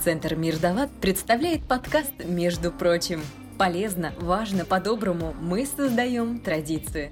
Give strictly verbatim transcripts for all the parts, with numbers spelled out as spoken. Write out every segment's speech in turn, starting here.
Центр Мирдалат представляет подкаст «Между прочим». Полезно, важно, по-доброму мы создаем традиции.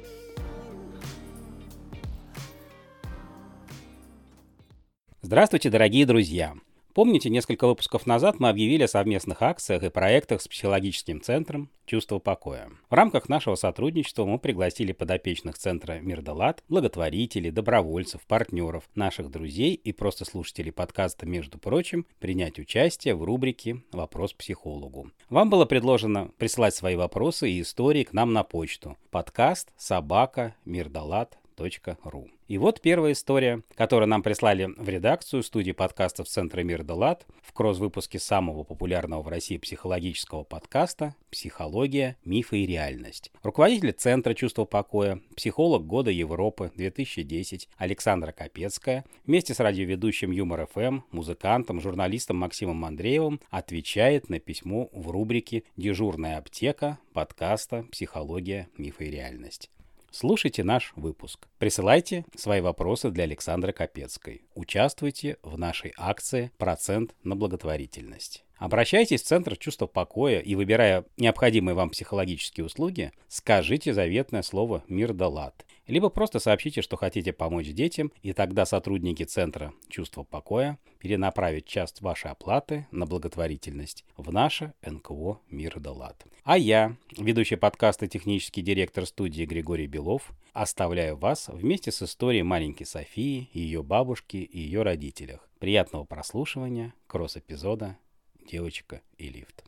Здравствуйте, дорогие друзья! Помните, несколько выпусков назад мы объявили о совместных акциях и проектах с психологическим центром «Чувство покоя». В рамках нашего сотрудничества мы пригласили подопечных центра Мирдалат, благотворителей, добровольцев, партнеров, наших друзей и просто слушателей подкаста «Между прочим» принять участие в рубрике «Вопрос психологу». Вам было предложено присылать свои вопросы и истории к нам на почту подкаст собака мирдалат точка ру. И вот первая история, которую нам прислали в редакцию студии подкастов Центра Мирдалат в кросс-выпуске самого популярного в России психологического подкаста «Психология, мифы и реальность». Руководитель Центра «Чувство покоя», психолог года Европы две тысячи десять Александра Капецкая вместе с радиоведущим Юмор эф эм, музыкантом, журналистом Максимом Андреевым отвечает на письмо в рубрике «Дежурная аптека» подкаста «Психология, мифы и реальность». Слушайте наш выпуск. Присылайте свои вопросы для Александры Капецкой. Участвуйте в нашей акции «Процент на благотворительность». Обращайтесь в Центр «Чувство покоя» и, выбирая необходимые вам психологические услуги, скажите заветное слово «Мирдалат». Либо просто сообщите, что хотите помочь детям, и тогда сотрудники Центра «Чувство покоя» перенаправят часть вашей оплаты на благотворительность в наше эн ка о «Мирдалат». А я, ведущий подкаста, технический директор студии Григорий Белов, оставляю вас вместе с историей маленькой Софии, ее бабушки и ее родителях. Приятного прослушивания кросс-эпизода «Девочка и лифт».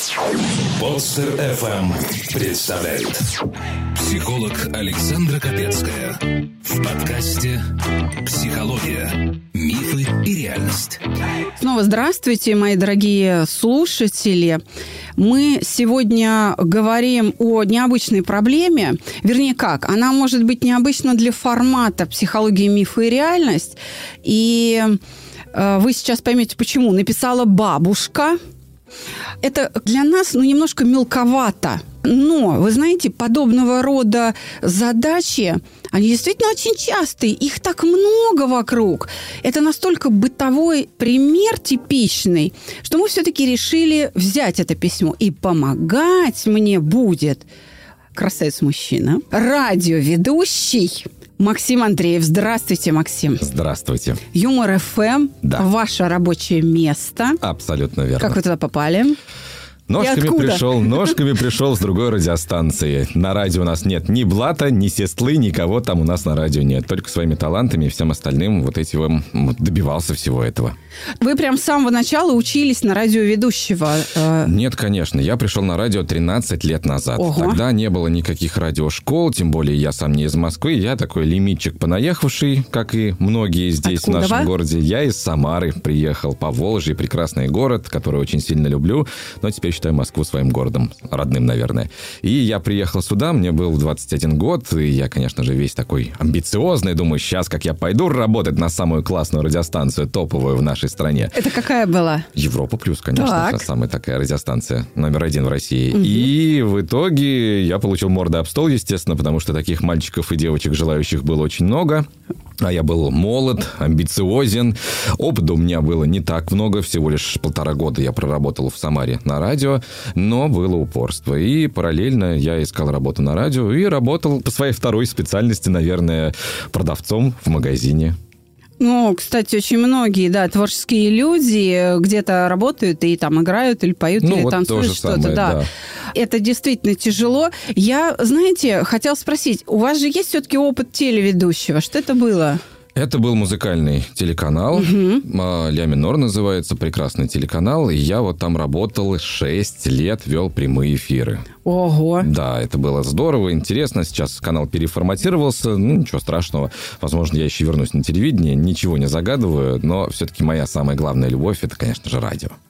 Подстер эф эм представляет психолог Александра Капецкая в подкасте «Психология, мифы и реальность». Снова здравствуйте, мои дорогие слушатели. Мы сегодня говорим о необычной проблеме. Вернее, как? Она может быть необычна для формата «Психология, мифы и реальность». И э, вы сейчас поймете, почему. Написала бабушка. Это для нас, ну, немножко мелковато. Но, вы знаете, подобного рода задачи, они действительно очень частые. Их так много вокруг. Это настолько бытовой пример типичный, что мы все-таки решили взять это письмо. И помогать мне будет красавец-мужчина, радиоведущий Максим Андреев. Здравствуйте, Максим. Здравствуйте. Юмор эф эм. Да. Ваше рабочее место. Абсолютно верно. Как вы туда попали? Ножками пришел, ножками пришел с другой радиостанции. На радио у нас нет ни блата, ни сестлы, никого там у нас на радио нет. Только своими талантами и всем остальным вот этим вот добивался всего этого. Вы прям с самого начала учились на радиоведущего? Нет, конечно. Я пришел на радио тринадцать лет назад. Ого. Тогда не было никаких радиошкол, тем более я сам не из Москвы. Я такой лимитчик понаехавший, как и многие здесь, Откуда в нашем вы? городе. Я из Самары приехал, по Волжье, прекрасный город, который очень сильно люблю, но теперь считаю Москву своим городом, родным, наверное. И я приехал сюда, мне был двадцать один год, и я, конечно же, весь такой амбициозный, думаю, сейчас как я пойду работать на самую классную радиостанцию, топовую в нашей стране. Это какая была? Европа плюс, конечно, Так. это самая такая радиостанция, номер один в России. Угу. И в итоге я получил морды об стол, естественно, потому что таких мальчиков и девочек, желающих, было очень много. А я был молод, амбициозен. Опыта у меня было не так много. Всего лишь полтора года я проработал в Самаре на радио. Но было упорство. И параллельно я искал работу на радио. И работал по своей второй специальности, наверное, продавцом в магазине. Ну, кстати, очень многие, да, творческие люди где-то работают и там играют или поют, Ну, или вот танцуют то же что-то. самое, да. да. Это действительно тяжело. Я, знаете, хотела спросить, у вас же есть все-таки опыт телеведущего? Что это было? Это был музыкальный телеканал. Угу. «Ля минор» называется. Прекрасный телеканал. И я вот там работал шесть лет, вел прямые эфиры. Ого. Да, это было здорово, интересно. Сейчас канал переформатировался. Ну, ничего страшного. Возможно, я еще вернусь на телевидение. Ничего не загадываю. Но все-таки моя самая главная любовь – это, конечно же, радио.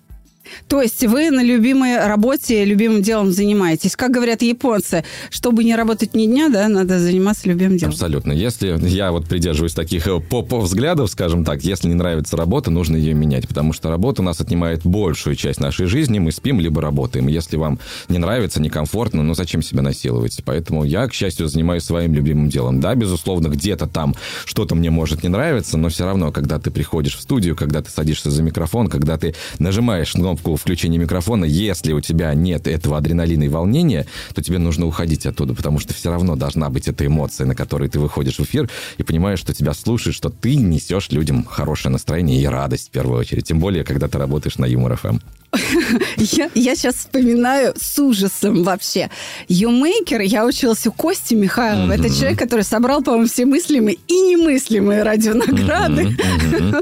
То есть вы на любимой работе, любимым делом занимаетесь. Как говорят японцы, чтобы не работать ни дня, да, надо заниматься любимым делом. Абсолютно. Если я вот придерживаюсь таких поп-взглядов, скажем так, если не нравится работа, нужно ее менять, потому что работа у нас отнимает большую часть нашей жизни, мы спим либо работаем. Если вам не нравится, некомфортно, ну зачем себя насиловать? Поэтому я, к счастью, занимаюсь своим любимым делом. Да, безусловно, где-то там что-то мне может не нравиться, но все равно, когда ты приходишь в студию, когда ты садишься за микрофон, когда ты нажимаешь кнопку включения микрофона, если у тебя нет этого адреналина и волнения, то тебе нужно уходить оттуда, потому что все равно должна быть эта эмоция, на которой ты выходишь в эфир и понимаешь, что тебя слушают, что ты несешь людям хорошее настроение и радость в первую очередь. Тем более, когда ты работаешь на Юмор эф эм. Я, я сейчас вспоминаю с ужасом вообще. Юмейкер, я училась у Кости Михайлова. Mm-hmm. Это человек, который собрал, по-моему, все мыслимые и немыслимые радионаграды. Mm-hmm. Mm-hmm.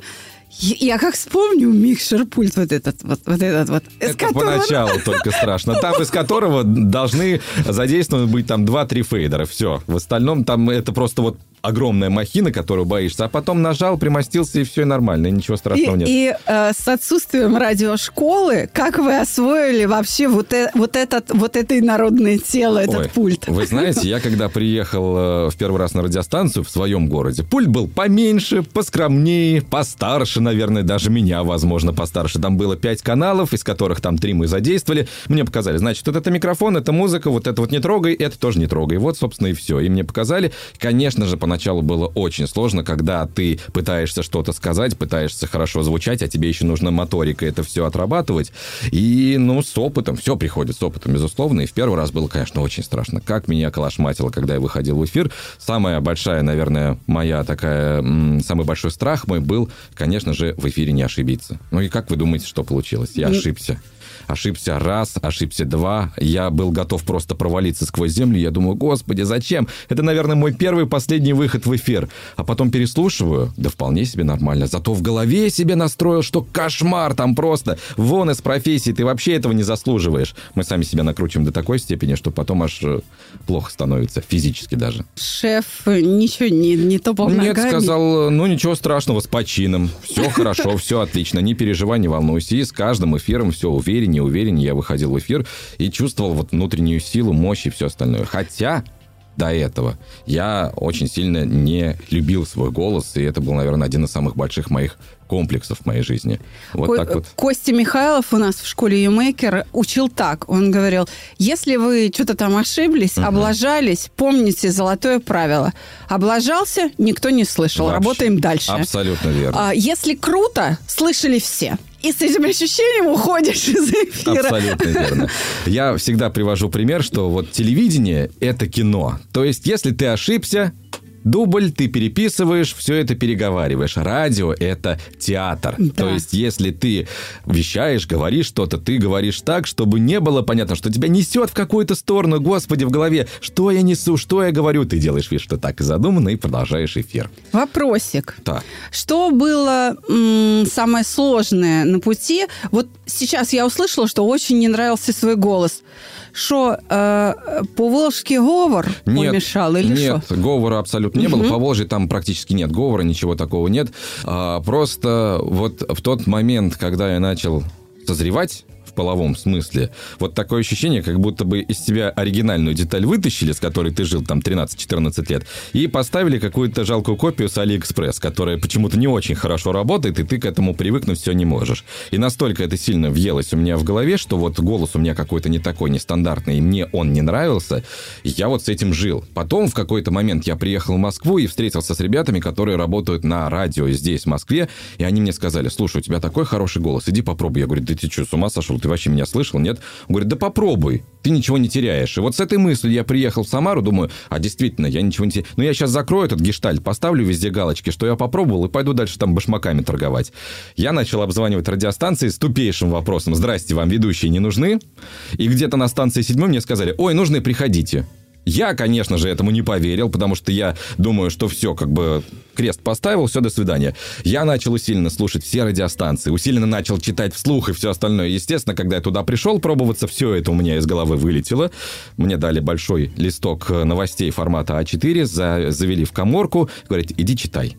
Я как вспомню микшер-пульт вот этот вот, вот этот вот. Это которого... поначалу только страшно. Там, из которого должны задействованы быть там два-три фейдера. Все. В остальном там это просто вот огромная махина, которую боишься, а потом нажал, примостился, и все, и нормально, и ничего страшного и, нет. И э, с отсутствием радиошколы, как вы освоили вообще вот, э, вот, этот, вот это инородное тело, этот Ой, пульт? Вы знаете, я когда приехал э, в первый раз на радиостанцию в своем городе, пульт был поменьше, поскромнее, постарше, наверное, даже меня, возможно, постарше. Там было пять каналов, из которых там три мы задействовали. Мне показали, значит, вот это микрофон, это музыка, вот это вот не трогай, это тоже не трогай. Вот, собственно, и все. И мне показали. Конечно же, поначалу было очень сложно, когда ты пытаешься что-то сказать, пытаешься хорошо звучать, а тебе еще нужна моторика это все отрабатывать. И, ну, с опытом, все приходит с опытом, безусловно. И в первый раз было, конечно, очень страшно. Как меня колошматило, когда я выходил в эфир. Самая большая, наверное, моя такая, самый большой страх мой был, конечно же, в эфире не ошибиться. Ну и как вы думаете, что получилось? Я ошибся. Ошибся раз, ошибся два. Я был готов просто провалиться сквозь землю. Я думаю, господи, зачем? Это, наверное, мой первый и последний выход в эфир. А потом переслушиваю. Да вполне себе нормально. Зато в голове себе настроил, что кошмар там просто. Вон из профессии. Ты вообще этого не заслуживаешь. Мы сами себя накручиваем до такой степени, что потом аж плохо становится. Физически даже. Шеф ничего не, не топал ногами? Нет, сказал, ну ничего страшного, с почином. Все хорошо, все отлично. Не переживай, не волнуйся. И с каждым эфиром все увереннее, увереннее я выходил в эфир и чувствовал вот внутреннюю силу, мощь и все остальное. Хотя до этого я очень сильно не любил свой голос, и это был, наверное, один из самых больших моих комплексов в моей жизни. Вот Ко- так вот. Костя Михайлов у нас в школе Юмейкер учил так. Он говорил, если вы что-то там ошиблись, угу. облажались, помните золотое правило. Облажался, никто не слышал. Вообще, работаем дальше. Абсолютно верно. А, если круто, слышали все. И с этим ощущением уходишь из эфира. Абсолютно верно. Я всегда привожу пример, что вот телевидение – это кино. То есть, если ты ошибся, дубль, ты переписываешь, все это переговариваешь. Радио – это театр. Да. То есть, если ты вещаешь, говоришь что-то, ты говоришь так, чтобы не было понятно, что тебя несет в какую-то сторону. Господи, в голове, что я несу, что я говорю. Ты делаешь вид, что так и задумано, и продолжаешь эфир. Вопросик. Да. Что было м- самое сложное на пути? Вот сейчас я услышала, что очень не нравился свой голос. Что, э, поволжский говор нет, помешал или что? Нет, говора абсолютно не было. По Волжье там практически нет говора, ничего такого нет. А, просто вот в тот момент, когда я начал созревать в половом смысле, вот такое ощущение, как будто бы из тебя оригинальную деталь вытащили, с которой ты жил там тринадцать-четырнадцать лет, и поставили какую-то жалкую копию с Алиэкспресс, которая почему-то не очень хорошо работает, и ты к этому привыкнуть все не можешь. И настолько это сильно въелось у меня в голове, что вот голос у меня какой-то не такой, нестандартный, и мне он не нравился, и я вот с этим жил. Потом в какой-то момент я приехал в Москву и встретился с ребятами, которые работают на радио здесь, в Москве, и они мне сказали, слушай, у тебя такой хороший голос, иди попробуй. Я говорю, да ты что, с ума сошел? Ты вообще меня слышал, нет? Он говорит, да попробуй, ты ничего не теряешь. И вот с этой мыслью я приехал в Самару, думаю, а действительно, я ничего не теряю. Ну, я сейчас закрою этот гештальт, поставлю везде галочки, что я попробовал, и пойду дальше там башмаками торговать. Я начал обзванивать радиостанции с тупейшим вопросом, здрасте, вам ведущие не нужны? И где-то на станции седьмой мне сказали, ой, нужны, приходите. Я, конечно же, этому не поверил, потому что я думаю, что все, как бы крест поставил, все, до свидания. Я начал усиленно слушать все радиостанции, усиленно начал читать вслух и все остальное. Естественно, когда я туда пришел пробоваться, все это у меня из головы вылетело. Мне дали большой листок новостей формата а четыре, завели в каморку, говорят, иди читай.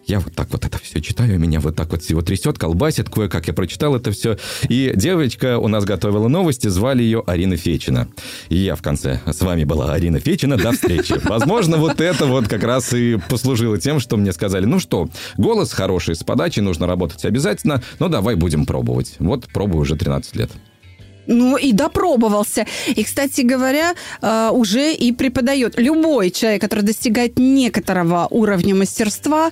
Я вот так вот это все читаю, меня вот так вот всего трясет, колбасит, кое-как я прочитал это все. И девочка у нас готовила новости, звали ее Арина Фечина. И я в конце: с вами была Арина Фечина, до встречи. Возможно, вот это вот как раз и послужило тем, что мне сказали: ну что, голос хороший, с подачей нужно работать обязательно, но давай будем пробовать. Вот пробую уже тринадцать лет. Ну, и допробовался. И, кстати говоря, уже и преподает. Любой человек, который достигает некоторого уровня мастерства,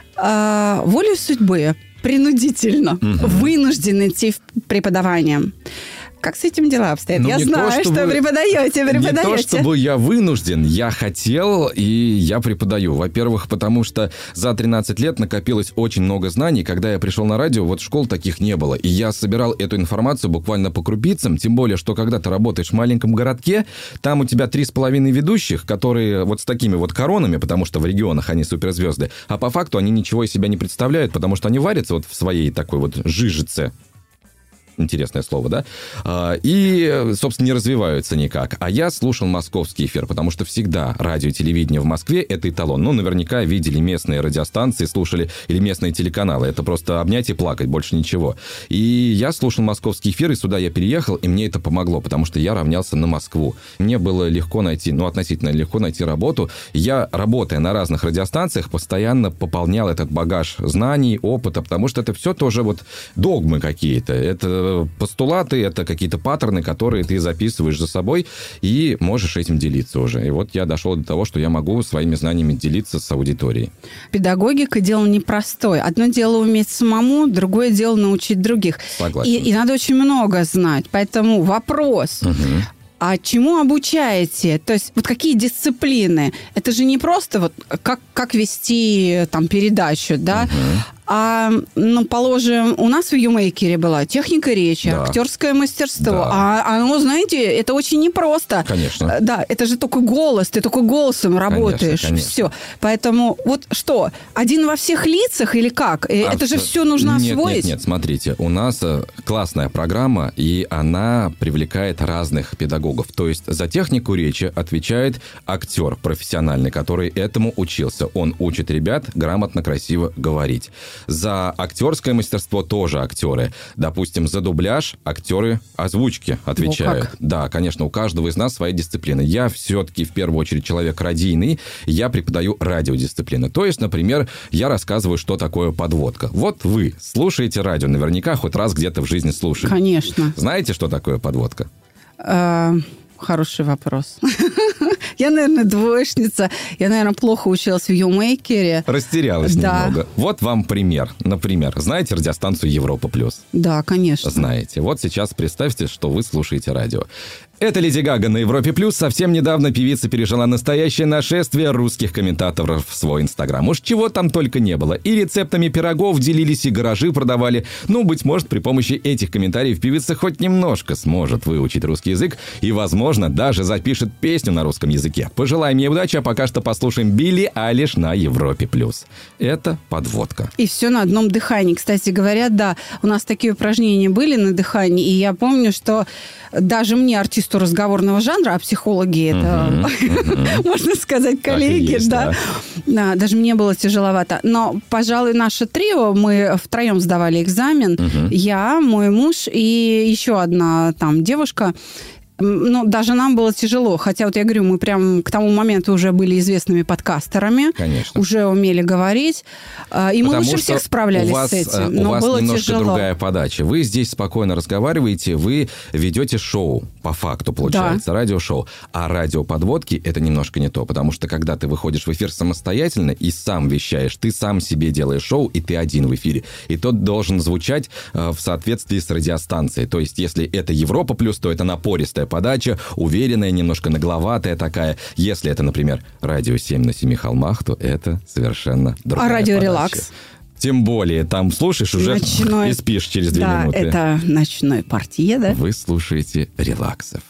волей судьбы, принудительно, угу. вынужден идти в преподавание. Как с этим дела обстоят? Ну, я знаю, то, чтобы, что преподаете, преподаете. Не то, чтобы я вынужден, я хотел, и я преподаю. Во-первых, потому что за тринадцать лет накопилось очень много знаний. Когда я пришел на радио, вот школ таких не было. И я собирал эту информацию буквально по крупицам. Тем более, что когда ты работаешь в маленьком городке, там у тебя три с половиной ведущих, которые вот с такими вот коронами, потому что в регионах они суперзвезды. А по факту они ничего из себя не представляют, потому что они варятся вот в своей такой вот жижице. Интересное слово, да? И, собственно, не развиваются никак. А я слушал московский эфир, потому что всегда радио и телевидение в Москве – это эталон. Ну, наверняка видели местные радиостанции, слушали, или местные телеканалы. Это просто обнять и плакать, больше ничего. И я слушал московский эфир, и сюда я переехал, и мне это помогло, потому что я равнялся на Москву. Мне было легко найти, ну, относительно легко найти работу. Я, работая на разных радиостанциях, постоянно пополнял этот багаж знаний, опыта, потому что это все тоже вот догмы какие-то. Это постулаты, это какие-то паттерны, которые ты записываешь за собой и можешь этим делиться уже. И вот я дошел до того, что я могу своими знаниями делиться с аудиторией. Педагогика – дело непростое. Одно дело уметь самому, другое дело научить других. Согласен. И, и надо очень много знать. Поэтому вопрос... Угу. А чему обучаете? То есть вот какие дисциплины? Это же не просто вот как, как вести там передачу, да? Uh-huh. А, ну, положим, у нас в Юмейкере была техника речи, да. актерское мастерство. Да. А оно, знаете, это очень непросто. Конечно. Да, это же только голос, ты только голосом работаешь. Конечно, конечно. Все. Поэтому вот что, один во всех лицах или как? А это же все нужно нет, освоить? Нет, нет, смотрите, у нас классная программа, и она привлекает разных педагогов. То есть за технику речи отвечает актер профессиональный, который этому учился. Он учит ребят грамотно, красиво говорить. За актерское мастерство тоже актеры. Допустим, за дубляж актеры озвучки отвечают. Ну, да, конечно, у каждого из нас своя дисциплина. Я все-таки в первую очередь человек радийный, я преподаю радиодисциплины. То есть, например, я рассказываю, что такое подводка. Вот вы слушаете радио, наверняка хоть раз где-то в жизни слушали. Конечно. Знаете, что такое подводка? Хороший вопрос. Я, наверное, двоечница. Я, наверное, плохо училась в Юмейкере. Растерялась да. немного. Вот вам пример. Например, знаете радиостанцию Европа плюс? Да, конечно. Знаете. Вот сейчас представьте, что вы слушаете радио. Это Леди Гага на Европе плюс. Совсем недавно певица пережила настоящее нашествие русских комментаторов в свой инстаграм. Уж чего там только не было. И рецептами пирогов делились, и гаражи продавали. Ну, быть может, при помощи этих комментариев певица хоть немножко сможет выучить русский язык и, возможно, даже запишет песню на русском языке. Пожелаем ей удачи, а пока что послушаем Билли Айлиш на Европе плюс. Это подводка. И все на одном дыхании. Кстати говоря, да, у нас такие упражнения были на дыхании, и я помню, что даже мне, артисту разговорного жанра, а психологи это, uh-huh, uh-huh. можно сказать, коллеги, есть, да. Да. да, даже мне было тяжеловато. Но, пожалуй, наше трио, мы втроем сдавали экзамен, uh-huh. я, мой муж и еще одна там девушка. Ну, даже нам было тяжело. Хотя, вот я говорю, мы прям к тому моменту уже были известными подкастерами. Конечно. Уже умели говорить. И Потому мы лучше всех справлялись вас, с этим. У но вас было немножко тяжело. другая подача. Вы здесь спокойно разговариваете, вы ведете шоу, по факту, получается, да. радиошоу. А радиоподводки – это немножко не то. Потому что, когда ты выходишь в эфир самостоятельно и сам вещаешь, ты сам себе делаешь шоу, и ты один в эфире. И тот должен звучать в соответствии с радиостанцией. То есть, если это Европа плюс, то это напористая подача, уверенная, немножко нагловатая такая. Если это, например, радио семь на семи холмах, то это совершенно другая А радио подача. Релакс? Тем более, там слушаешь уже ночной... и спишь через две да, минуты. Да, это ночной портье, да? Вы слушаете Релакс эф эм.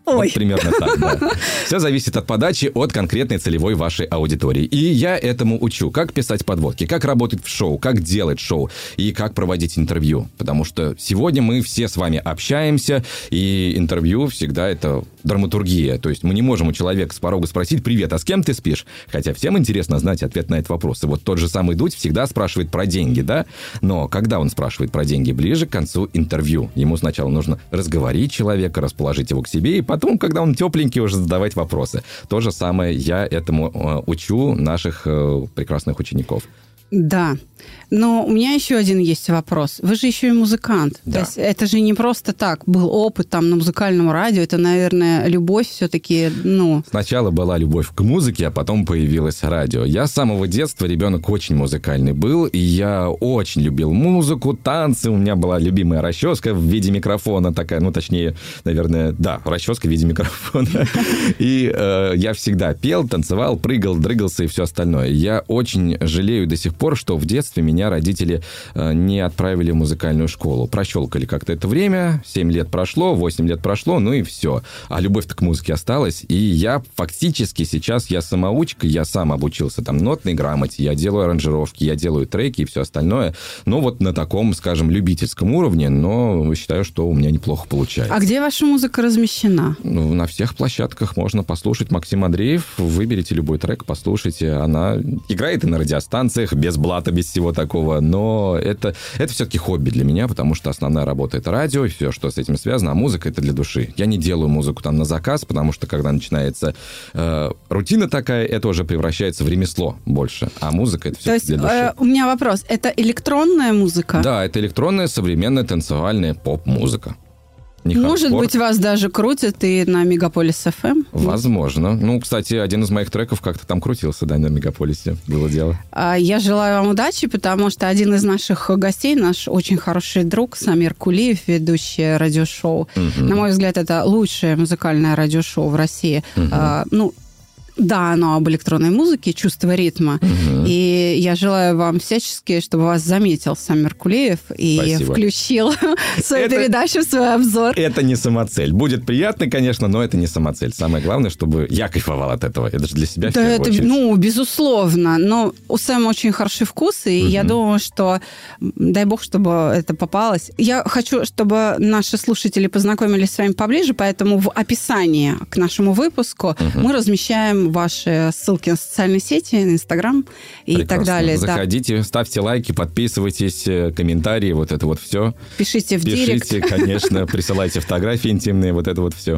Ой. Вот примерно так, да. Все зависит от подачи, от конкретной целевой вашей аудитории. И я этому учу. Как писать подводки, как работать в шоу, как делать шоу и как проводить интервью. Потому что сегодня мы все с вами общаемся, и интервью всегда это драматургия. То есть мы не можем у человека с порога спросить: «Привет, а с кем ты спишь?» Хотя всем интересно знать ответ на этот вопрос. И вот тот же самый Дудь всегда спрашивает про деньги, да? Но когда он спрашивает про деньги? Ближе к концу интервью. Ему сначала нужно разговорить человека, расположить его к себе, и потом, когда он тепленький, уже задавать вопросы. То же самое я этому э, учу наших э, прекрасных учеников. Да. Но у меня еще один есть вопрос. Вы же еще и музыкант. Да. То есть это же не просто так. Был опыт там на музыкальном радио. Это, наверное, любовь все-таки, ну... Сначала была любовь к музыке, а потом появилось радио. Я с самого детства ребенок очень музыкальный был, и я очень любил музыку, танцы. У меня была любимая расческа в виде микрофона такая, ну, точнее, наверное, да, расческа в виде микрофона. И э, я всегда пел, танцевал, прыгал, дрыгался и все остальное. Я очень жалею до сих пор, что в детстве меня родители э, не отправили в музыкальную школу. Прощелкали как-то это время. семь лет прошло, восемь лет прошло, ну и все. А любовь-то к музыке осталась. И я фактически сейчас, я самоучка, я сам обучился там нотной грамоте, я делаю аранжировки, я делаю треки и все остальное. Но вот на таком, скажем, любительском уровне, но считаю, что у меня неплохо получается. А где ваша музыка размещена? Ну, на всех площадках можно послушать. Максим Андреев, выберите любой трек, послушайте. Она играет и на радиостанциях, без блата, без всего такого. Но это, это все-таки хобби для меня, потому что основная работа — это радио, и все, что с этим связано, а музыка — это для души. Я не делаю музыку там на заказ, потому что когда начинается э, рутина такая, это уже превращается в ремесло больше. А музыка — это все для души. Э, у меня вопрос. Это электронная музыка? Да, это электронная, современная, танцевальная поп-музыка. Не Может хардкор. быть, вас даже крутят и на Мегаполис эф эм? Возможно. Ну, кстати, один из моих треков как-то там крутился, да, на Мегаполисе. Было дело. Я желаю вам удачи, потому что один из наших гостей, наш очень хороший друг Самир Кулиев, ведущий радиошоу. Угу. На мой взгляд, это лучшее музыкальное радиошоу в России. Угу. А, ну, да, оно об электронной музыке, чувство ритма. Угу. И я желаю вам всячески, чтобы вас заметил Самир Кулиев и Спасибо. Включил свою это, передачу, свой обзор. Это не самоцель. Будет приятно, конечно, но это не самоцель. Самое главное, чтобы я кайфовал от этого. Это же для себя в да, первую это, очередь. Ну, безусловно. Но у Сэма очень хороший вкус, и угу. я думаю, что, дай бог, чтобы это попалось. Я хочу, чтобы наши слушатели познакомились с вами поближе, поэтому в описании к нашему выпуску угу. мы размещаем ваши ссылки на социальные сети, на Инстаграм и Прекрасно. Так далее. Заходите, да. ставьте лайки, подписывайтесь, комментарии, вот это вот все. Пишите в Пишите, директ. Пишите, конечно, присылайте фотографии интимные, вот это вот все.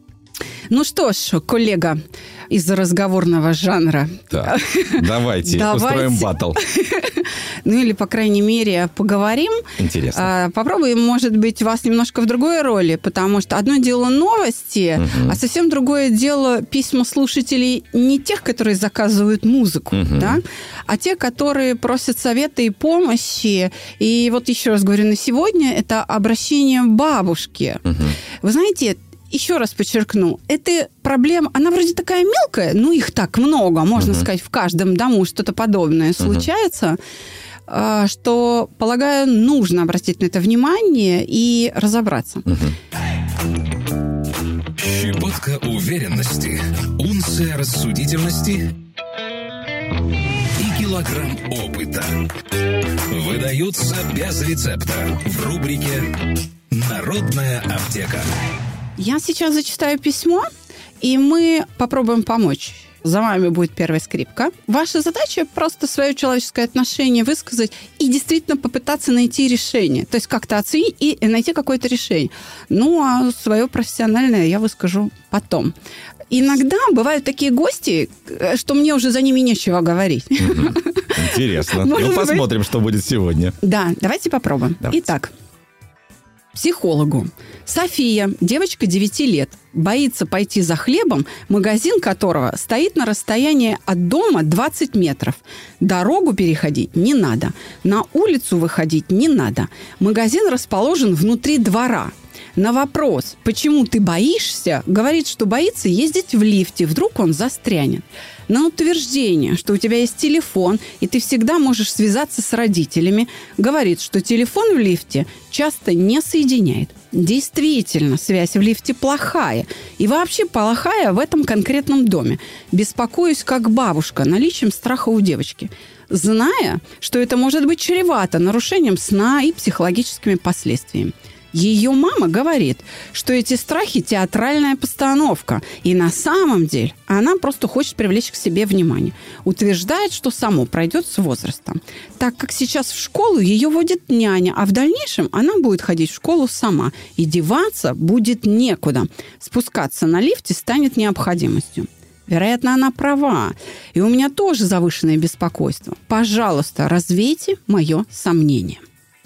Ну что ж, коллега из разговорного жанра. Так, давайте, устроим баттл. Ну или, по крайней мере, поговорим. Интересно. Попробуем, может быть, вас немножко в другой роли, потому что одно дело новости, угу. а совсем другое дело письма слушателей не тех, которые заказывают музыку, угу. да, а те, которые просят совета и помощи. И вот еще раз говорю, на сегодня это обращение бабушки. Угу. Вы знаете, еще раз подчеркну, эта проблема, она вроде такая мелкая, ну их так много, можно uh-huh. сказать, в каждом дому что-то подобное uh-huh. случается, что, полагаю, нужно обратить на это внимание и разобраться. Uh-huh. Щепотка уверенности, унция рассудительности и килограмм опыта выдаются без рецепта в рубрике «Народная аптека». Я сейчас зачитаю письмо, и мы попробуем помочь. За вами будет первая скрипка. Ваша задача просто свое человеческое отношение высказать и действительно попытаться найти решение. То есть как-то оценить и найти какое-то решение. Ну, а свое профессиональное я выскажу потом. Иногда бывают такие гости, что мне уже за ними нечего говорить. Интересно. Ну, посмотрим, что будет сегодня. Да, давайте попробуем. Давайте. Итак. Психологу. София, девочка девяти лет, боится пойти за хлебом, магазин которого стоит на расстоянии от дома двадцать метров. Дорогу переходить не надо. На улицу выходить не надо. Магазин расположен внутри двора. На вопрос, почему ты боишься, говорит, что боится ездить в лифте, вдруг он застрянет. На утверждение, что у тебя есть телефон, и ты всегда можешь связаться с родителями, говорит, что телефон в лифте часто не соединяет. Действительно, связь в лифте плохая. И вообще плохая в этом конкретном доме. Беспокоюсь, как бабушка, наличием страха у девочки, зная, что это может быть чревато нарушением сна и психологическими последствиями. Ее мама говорит, что эти страхи – театральная постановка. И на самом деле она просто хочет привлечь к себе внимание. Утверждает, что само пройдет с возрастом. Так как сейчас в школу ее водит няня, а в дальнейшем она будет ходить в школу сама. И деваться будет некуда. Спускаться на лифте станет необходимостью. Вероятно, она права. И у меня тоже завышенное беспокойство. Пожалуйста, развейте мое сомнение.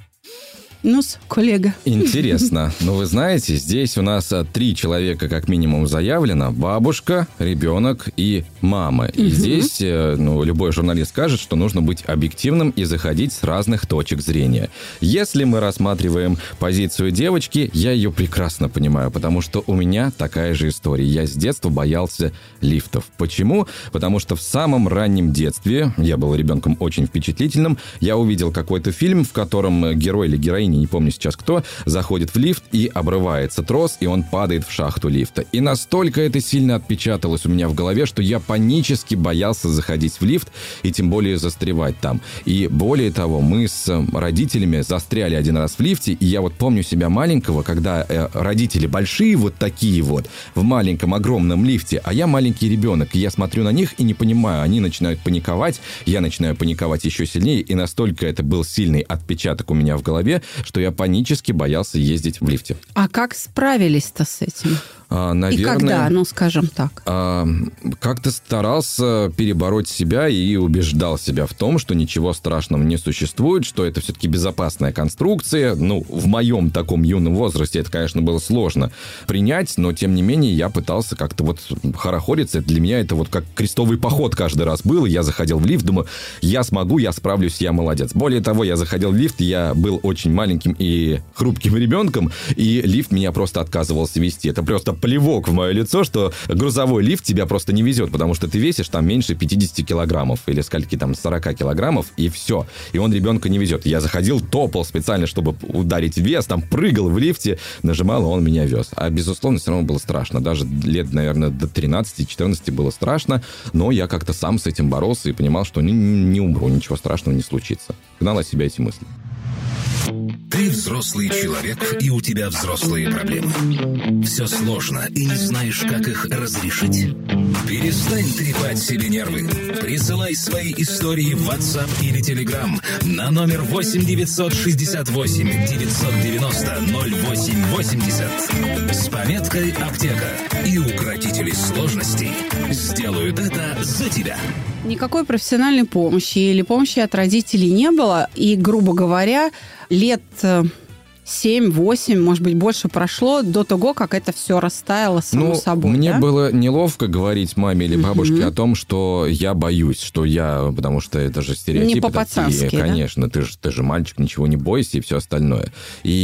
Ну-с, коллега. Интересно. Ну, вы знаете, здесь у нас три человека как минимум заявлено. Бабушка, ребенок и мама. И угу. здесь, ну, любой журналист скажет, что нужно быть объективным и заходить с разных точек зрения. Если мы рассматриваем позицию девочки, я ее прекрасно понимаю, потому что у меня такая же история. Я с детства боялся лифтов. Почему? Потому что в самом раннем детстве, я был ребенком очень впечатлительным, я увидел какой-то фильм, в котором герой или героиня, не помню сейчас кто, заходит в лифт и обрывается трос, и он падает в шахту лифта. И настолько это сильно отпечаталось у меня в голове, что я панически боялся заходить в лифт и тем более застревать там. И более того, мы с родителями застряли один раз в лифте, и я вот помню себя маленького, когда э, родители большие вот такие вот, в маленьком огромном лифте, а я маленький ребенок, и я смотрю на них и не понимаю, они начинают паниковать, я начинаю паниковать еще сильнее, и настолько это был сильный отпечаток у меня в голове, что я панически боялся ездить в лифте. А как справились-то с этим? А, наверное, и когда, ну, скажем так? А, как-то старался перебороть себя и убеждал себя в том, что ничего страшного не существует, что это все-таки безопасная конструкция. Ну, в моем таком юном возрасте это, конечно, было сложно принять, но, тем не менее, я пытался как-то вот хорохориться. Для меня это вот как крестовый поход каждый раз был. Я заходил в лифт, думаю, я смогу, я справлюсь, я молодец. Более того, я заходил в лифт, я был очень маленьким и хрупким ребенком, и лифт меня просто отказывался вести. Это просто плевок в мое лицо, что грузовой лифт тебя просто не везет, потому что ты весишь там меньше пятьдесят килограммов или скольки там, сорок килограммов, и все. И он ребенка не везет. Я заходил, топал специально, чтобы ударить вес, там прыгал в лифте, нажимал, и он меня вез. А, безусловно, все равно было страшно. Даже лет, наверное, до тринадцати-четырнадцати было страшно, но я как-то сам с этим боролся и понимал, что не, не умру, ничего страшного не случится. Гнал от себя эти мысли. Ты взрослый человек, и у тебя взрослые проблемы. Все сложно, и не знаешь, как их разрешить. Перестань трепать себе нервы. Присылай свои истории в WhatsApp или Telegram на номер восемь девятьсот шестьдесят восемь девятьсот девяносто ноль восемь восемьдесят с пометкой «Аптека». И укротители сложностей сделают это за тебя. Никакой профессиональной помощи или помощи от родителей не было. И, грубо говоря, лет семь-восемь, может быть, больше прошло до того, как это все растаяло само ну, собой. Мне да? было неловко говорить маме или бабушке uh-huh. о том, что я боюсь, что я... Потому что это же стереотипы. Не по-пацански, такие, конечно, да? ты же, ты же мальчик, ничего не бойся и все остальное.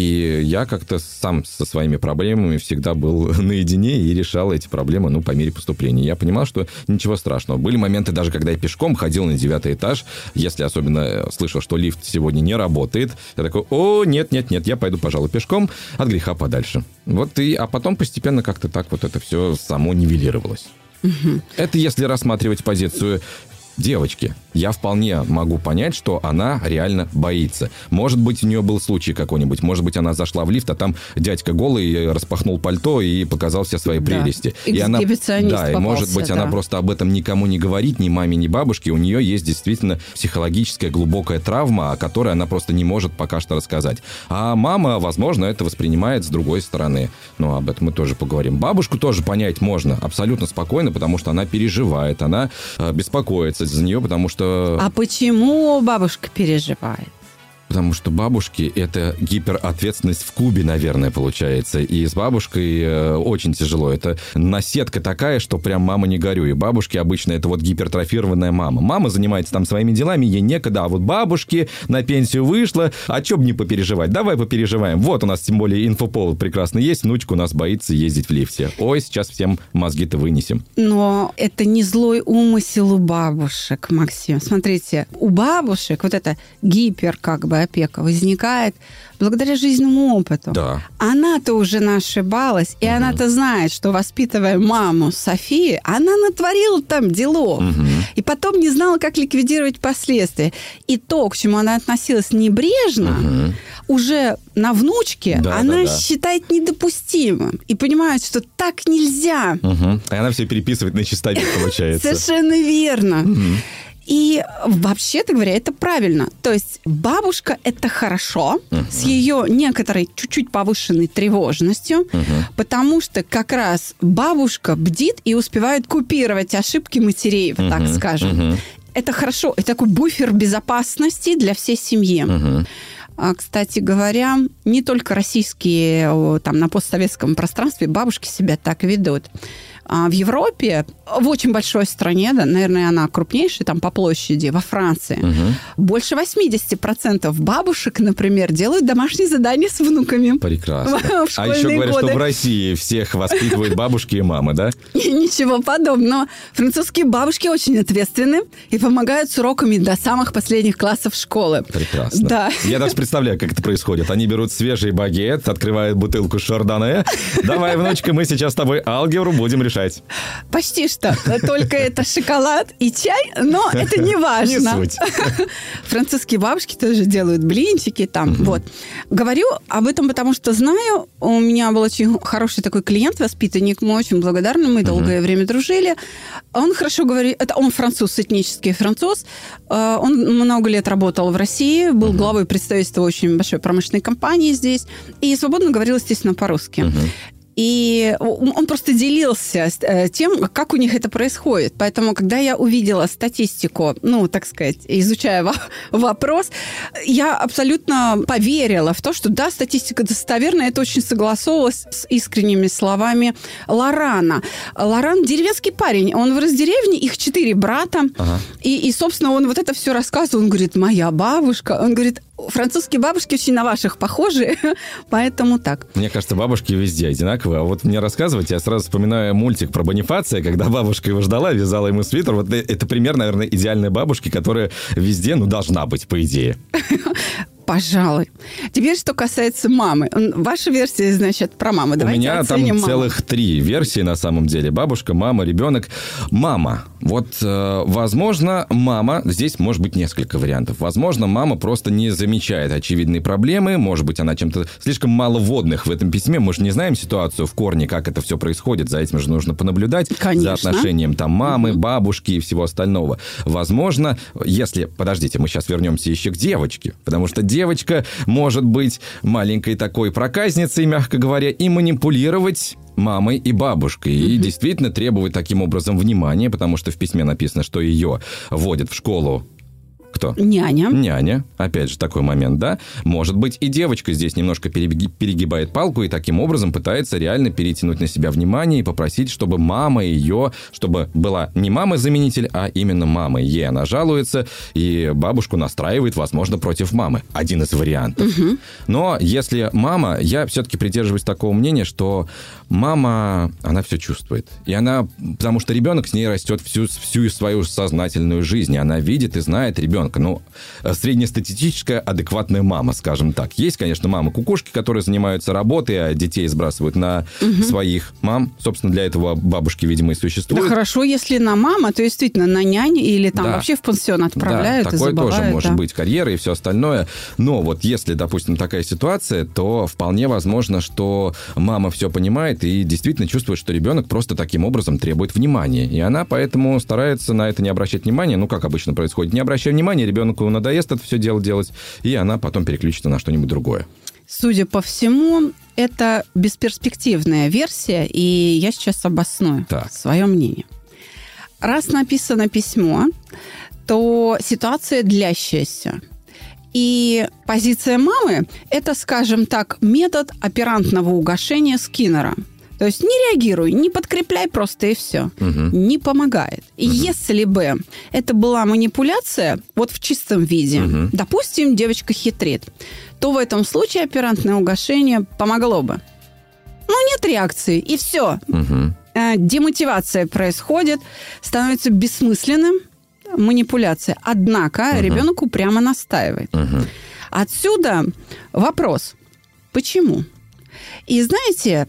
И я как-то сам со своими проблемами всегда был наедине и решал эти проблемы, ну, по мере поступления. Я понимал, что ничего страшного. Были моменты даже, когда я пешком ходил на девятый этаж, если особенно слышал, что лифт сегодня не работает, я такой, о, нет-нет-нет, я пойду, пожалуй, пешком от греха подальше. Вот и, а потом постепенно как-то так вот это все само нивелировалось. Угу. Это если рассматривать позицию девочки. Я вполне могу понять, что она реально боится. Может быть, у нее был случай какой-нибудь. Может быть, она зашла в лифт, а там дядька голый распахнул пальто и показал все свои прелести. Да. И она, да, и может быть, да. она просто об этом никому не говорит, ни маме, ни бабушке. У нее есть действительно психологическая глубокая травма, о которой она просто не может пока что рассказать. А мама, возможно, это воспринимает с другой стороны. Но об этом мы тоже поговорим. Бабушку тоже понять можно абсолютно спокойно, потому что она переживает, она э, беспокоится за нее, потому что... А почему бабушка переживает? Потому что бабушки – это гиперответственность в кубе, наверное, получается. И с бабушкой э, очень тяжело. Это наседка такая, что прям мама не горюй. И бабушки обычно это вот гипертрофированная мама. Мама занимается там своими делами, ей некогда. А вот бабушки на пенсию вышла. А чё бы не попереживать? Давай попереживаем. Вот у нас тем более инфоповод прекрасно есть. Внучка у нас боится ездить в лифте. Ой, сейчас всем мозги-то вынесем. Но это не злой умысел у бабушек, Максим. Смотрите, у бабушек вот это гипер как бы строгая опека возникает благодаря жизненному опыту. Да. Она-то уже ошибалась, и угу. она-то знает, что, воспитывая маму Софии, она натворила там делов. Угу. И потом не знала, как ликвидировать последствия. И то, к чему она относилась небрежно, угу. уже на внучке да, она да, да. считает недопустимым. И понимает, что так нельзя. Угу. И она все переписывает на чистовик, получается. Совершенно верно. Угу. И вообще-то говоря, это правильно. То есть бабушка – это хорошо, uh-huh. с ее некоторой чуть-чуть повышенной тревожностью, uh-huh. потому что как раз бабушка бдит и успевает купировать ошибки матерей, uh-huh. так скажем. Uh-huh. Это хорошо. Это такой буфер безопасности для всей семьи. Uh-huh. Кстати говоря, не только российские, там, на постсоветском пространстве бабушки себя так ведут. В Европе, в очень большой стране, да, наверное, она крупнейшая там по площади, во Франции, угу. больше восемьдесят процентов бабушек, например, делают домашние задания с внуками. Прекрасно. А еще говорят, годы. Что в России всех воспитывают бабушки и мамы, да? Ничего подобного. Французские бабушки очень ответственны и помогают с уроками до самых последних классов школы. Прекрасно. Да. Я даже представляю, как это происходит. Они берут свежий багет, открывают бутылку шардоне. Давай, внучка, мы сейчас с тобой алгебру будем решать. Почти что. Только это шоколад и чай, но это не важно. Не суть. Французские бабушки тоже делают блинчики там. Mm-hmm. Вот. Говорю об этом, потому что знаю, у меня был очень хороший такой клиент, воспитанник, мы очень благодарны, мы mm-hmm. долгое время дружили. Он хорошо говорит, это он француз, этнический француз. Он много лет работал в России, был mm-hmm. главой представительства очень большой промышленной компании здесь и свободно говорил, естественно, по-русски. Mm-hmm. И он просто делился тем, как у них это происходит. Поэтому, когда я увидела статистику, ну, так сказать, изучая вопрос, я абсолютно поверила в то, что да, статистика достоверная. Это очень согласовывалось с искренними словами Лорана. Лоран деревенский парень. Он вырос в деревне, их четыре брата. Ага. И, и, собственно, он вот это все рассказывал. Он говорит, моя бабушка. Он говорит, французские бабушки очень на ваших похожи, поэтому так. Мне кажется, бабушки везде одинаковые. А вот мне рассказывать, я сразу вспоминаю мультик про Бонифация, когда бабушка его ждала, вязала ему свитер. Вот это пример, наверное, идеальной бабушки, которая везде, ну, должна быть, по идее. Пожалуй. Теперь, что касается мамы. Ваша версия, значит, про маму. У Давайте меня там маму. Целых три версии на самом деле. Бабушка, мама, ребенок. Мама. Вот, э, возможно, мама... Здесь может быть несколько вариантов. Возможно, мама просто не замечает очевидные проблемы. Может быть, она чем-то... Слишком мало вводных в этом письме. Мы же не знаем ситуацию в корне, как это все происходит. За этим же нужно понаблюдать. Конечно. За отношением там мамы, бабушки и всего остального. Возможно, если... Подождите, мы сейчас вернемся еще к девочке. Потому что девочка может быть маленькой такой проказницей, мягко говоря, и манипулировать мамой и бабушкой. И mm-hmm. действительно требовать таким образом внимания, потому что в письме написано, что ее водят в школу. Кто? Няня. Няня. Опять же, такой момент, да? Может быть, и девочка здесь немножко перегибает палку и таким образом пытается реально перетянуть на себя внимание и попросить, чтобы мама ее, чтобы была не мама-заменитель, а именно мама. Ей она жалуется, и бабушку настраивает, возможно, против мамы. Один из вариантов. Угу. Но если мама, я все-таки придерживаюсь такого мнения, что мама, она все чувствует. И она, потому что ребенок с ней растет всю, всю свою сознательную жизнь, и она видит и знает ребенка. Ну, среднестатистическая адекватная мама, скажем так. Есть, конечно, мамы-кукушки, которые занимаются работой, а детей сбрасывают на угу. своих мам. Собственно, для этого бабушки, видимо, и существуют. Да хорошо, если на мама, то действительно на нянь или там да. вообще в пансион отправляют да, и такое забывают. тоже может да. быть, карьера и все остальное. Но вот если, допустим, такая ситуация, то вполне возможно, что мама все понимает и действительно чувствует, что ребенок просто таким образом требует внимания. И она поэтому старается на это не обращать внимания. Ну, как обычно происходит, не обращая внимания, ребенку надоест это все дело делать, и она потом переключится на что-нибудь другое. Судя по всему, это бесперспективная версия, и я сейчас обосную так. свое мнение. Раз написано письмо, то ситуация длящаяся. И позиция мамы – это, скажем так, метод оперантного угошения Скиннера. То есть не реагируй, не подкрепляй просто и все. Угу. Не помогает. И угу. если бы это была манипуляция, вот в чистом виде, угу. допустим, девочка хитрит, то в этом случае оперантное угошение помогло бы. Ну, нет реакции, и все. Угу. Демотивация происходит, становится бессмысленным манипуляция. Однако угу. ребенок упрямо настаивает. Угу. Отсюда вопрос, почему? И знаете,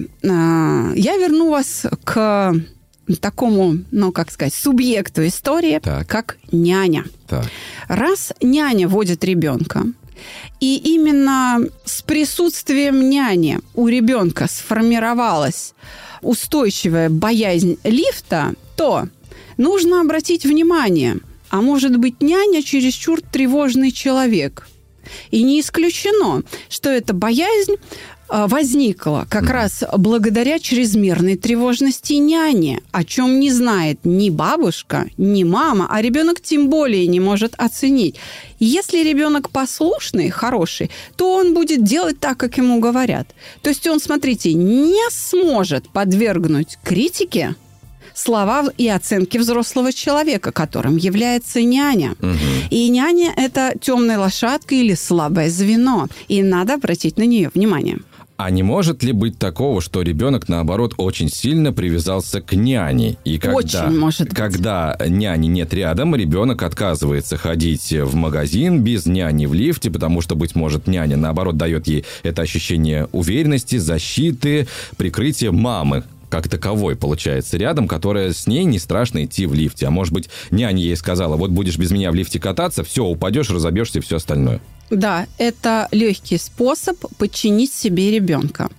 я верну вас к такому, ну, как сказать, субъекту истории, так. как няня. Так. Раз няня водит ребенка, и именно с присутствием няни у ребенка сформировалась устойчивая боязнь лифта, то нужно обратить внимание, а может быть, няня чересчур тревожный человек. И не исключено, что эта боязнь возникла как раз благодаря чрезмерной тревожности няни, о чем не знает ни бабушка, ни мама, а ребенок тем более не может оценить. Если ребенок послушный, хороший, то он будет делать так, как ему говорят. То есть он, смотрите, не сможет подвергнуть критике слова и оценки взрослого человека, которым является няня. Угу. И няня – это темная лошадка или слабое звено, и надо обратить на нее внимание. А не может ли быть такого, что ребенок, наоборот, очень сильно привязался к няне? И когда, очень может быть. Когда няни нет рядом, ребенок отказывается ходить в магазин без няни в лифте, потому что, быть может, няня, наоборот, дает ей это ощущение уверенности, защиты, прикрытия мамы как таковой, получается, рядом, которая с ней не страшно идти в лифте. А может быть, няня ей сказала, вот будешь без меня в лифте кататься, все, упадешь, разобьешься и все остальное. Да, это легкий способ подчинить себе ребенка.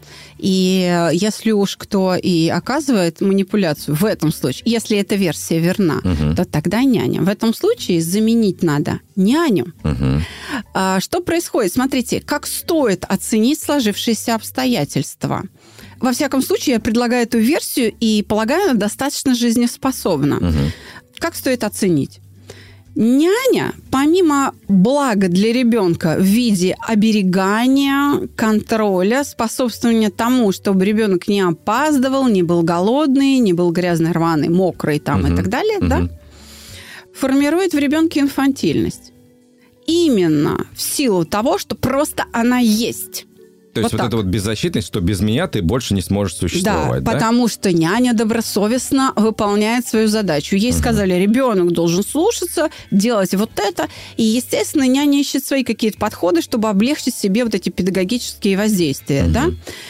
И если уж кто и оказывает манипуляцию в этом случае, если эта версия верна, угу. то тогда няня. В этом случае заменить надо няню. Угу. А, что происходит? Смотрите, как стоит оценить сложившиеся обстоятельства. Во всяком случае, я предлагаю эту версию и полагаю, она достаточно жизнеспособна. Угу. Как стоит оценить? Няня, помимо блага для ребенка в виде оберегания, контроля, способствования тому, чтобы ребенок не опаздывал, не был голодный, не был грязный, рваный, мокрый там, угу. и так далее, угу. да, формирует в ребенке инфантильность. Именно в силу того, что просто она есть. То есть вот, вот эта вот беззащитность, что без меня ты больше не сможешь существовать, да? Да, потому что няня добросовестно выполняет свою задачу. Ей угу. сказали, ребенок должен слушаться, делать вот это. И, естественно, няня ищет свои какие-то подходы, чтобы облегчить себе вот эти педагогические воздействия, угу. да?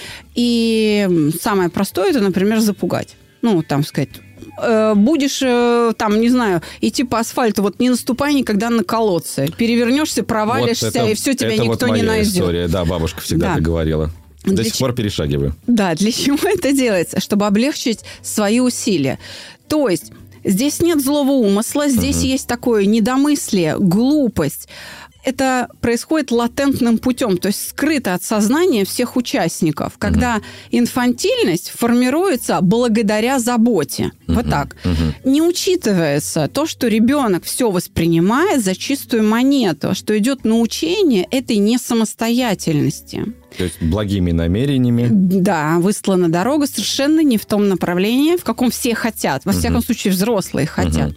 И самое простое, это, например, запугать. Ну, там сказать... будешь, там, не знаю, идти по асфальту, вот не наступай никогда на колодцы. Перевернешься, провалишься, вот это, и все, тебя никто вот не найдет. История. Да, бабушка всегда да. так говорила. До для сих ч... пор перешагиваю. Да, для чего это делается? Чтобы облегчить свои усилия. То есть здесь нет злого умысла, здесь угу. есть такое недомыслие, глупость. Это происходит латентным путем, то есть скрыто от сознания всех участников, когда uh-huh. инфантильность формируется благодаря заботе. Uh-huh. Вот так. Uh-huh. Не учитывается то, что ребенок все воспринимает за чистую монету, что идет научение этой несамостоятельности. То есть благими намерениями. Да, выслана дорога совершенно не в том направлении, в каком все хотят. Во uh-huh. всяком случае, взрослые хотят. Uh-huh.